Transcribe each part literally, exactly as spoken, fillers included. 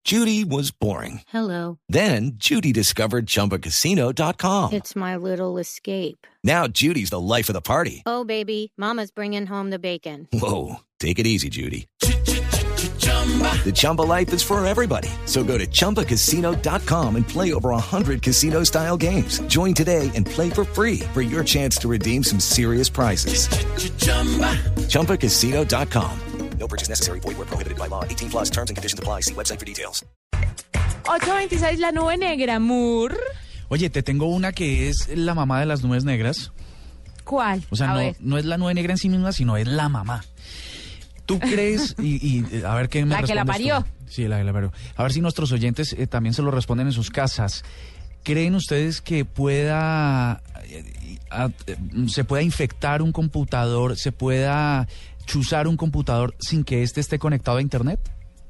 Judy was boring. Hello. Then Judy discovered Chumba Casino dot com. It's my little escape. Now Judy's the life of the party. Oh, baby, mama's bringing home the bacon. Whoa, take it easy, Judy. The Chumba life is for everybody. So go to Chumba Casino dot com and play over one hundred casino-style games. Join today and play for free for your chance to redeem some serious prizes. Chumba Casino dot com. No purchase necessary. Void where prohibited by law. eighteen plus terms and conditions apply. See website for details. ocho veintiséis, la nube negra, Moore. Oye, te tengo una que es la mamá de las nubes negras. ¿Cuál? O sea, a no, ver. no es la nube negra en sí misma, sino es la mamá. ¿Tú crees? Y, y a ver qué me La que la respondes parió. tú. Sí, la que la parió. A ver si nuestros oyentes eh, también se lo responden en sus casas. ¿Creen ustedes que pueda eh, a, eh, se pueda infectar un computador, se pueda chuzar un computador sin que éste esté conectado a internet?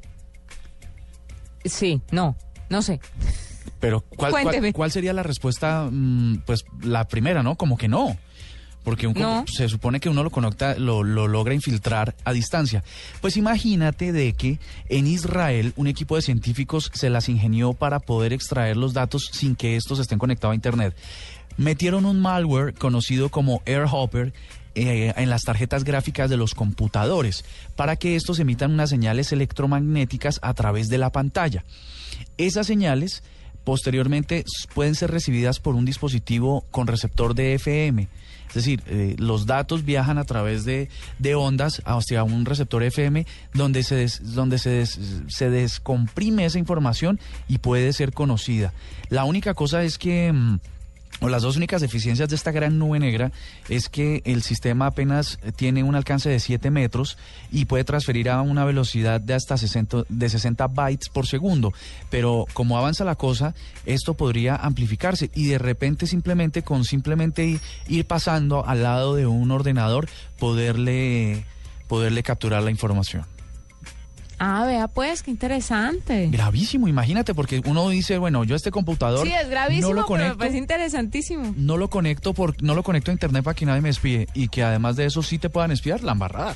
Sí, no, no sé. Pero ¿cuál, Cuénteme. cuál, cuál sería la respuesta? Mm, Pues la primera, ¿no? Como que no. Porque un compu- No. se supone que uno lo conecta, lo, lo logra infiltrar a distancia. Pues imagínate de que en Israel un equipo de científicos se las ingenió para poder extraer los datos sin que estos estén conectados a internet. Metieron un malware conocido como AirHopper eh, en las tarjetas gráficas de los computadores para que estos emitan unas señales electromagnéticas a través de la pantalla. Esas señales posteriormente s- pueden ser recibidas por un dispositivo con receptor de F M. Es decir, eh, los datos viajan a través de, de ondas hacia un receptor F M donde se des- donde se, des- se descomprime esa información y puede ser conocida. La única cosa es que... mm, o las dos únicas deficiencias de esta gran nube negra es que el sistema apenas tiene un alcance de siete metros y puede transferir a una velocidad de hasta sesenta, de sesenta bytes por segundo. Pero como avanza la cosa, esto podría amplificarse y de repente simplemente con simplemente ir, ir pasando al lado de un ordenador poderle, poderle capturar la información. Ah, vea pues, qué interesante. Gravísimo, imagínate, porque uno dice, bueno, yo este computador Sí, es gravísimo, no lo pero me conecto. parece interesantísimo. No lo conecto por, no lo conecto a internet para que nadie me espíe y que además de eso sí te puedan espiar, la embarrada.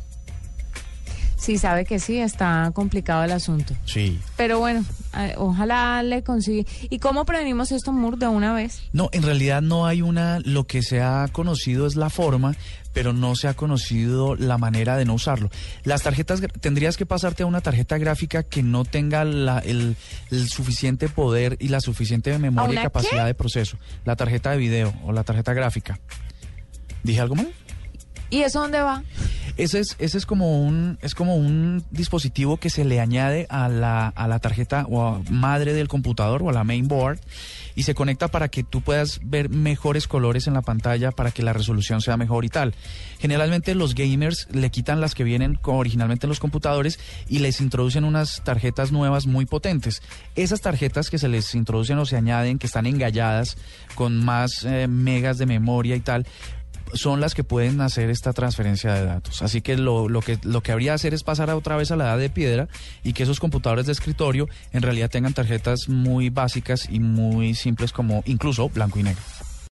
Sí, sabe que sí, está complicado el asunto. Sí. Pero bueno, eh, ojalá le consiga. ¿Y cómo prevenimos esto, Moore, de una vez? No, en realidad no hay una, lo que se ha conocido es la forma, pero no se ha conocido la manera de no usarlo. Las tarjetas, gra- tendrías que pasarte a una tarjeta gráfica que no tenga la, el, el suficiente poder y la suficiente memoria y una capacidad qué? de proceso. La tarjeta de video o la tarjeta gráfica. ¿Dije algo mal? ¿Y eso dónde va? Ese es, ese es como un, es como un dispositivo que se le añade a la, a la tarjeta o a madre del computador o a la mainboard y se conecta para que tú puedas ver mejores colores en la pantalla, para que la resolución sea mejor y tal. Generalmente los gamers le quitan las que vienen co- originalmente en los computadores y les introducen unas tarjetas nuevas muy potentes. Esas tarjetas que se les introducen o se añaden, que están engalladas con más eh, megas de memoria y tal, son las que pueden hacer esta transferencia de datos. Así que lo, lo que lo que habría de hacer es pasar a otra vez a la edad de piedra y que esos computadores de escritorio en realidad tengan tarjetas muy básicas y muy simples como incluso blanco y negro.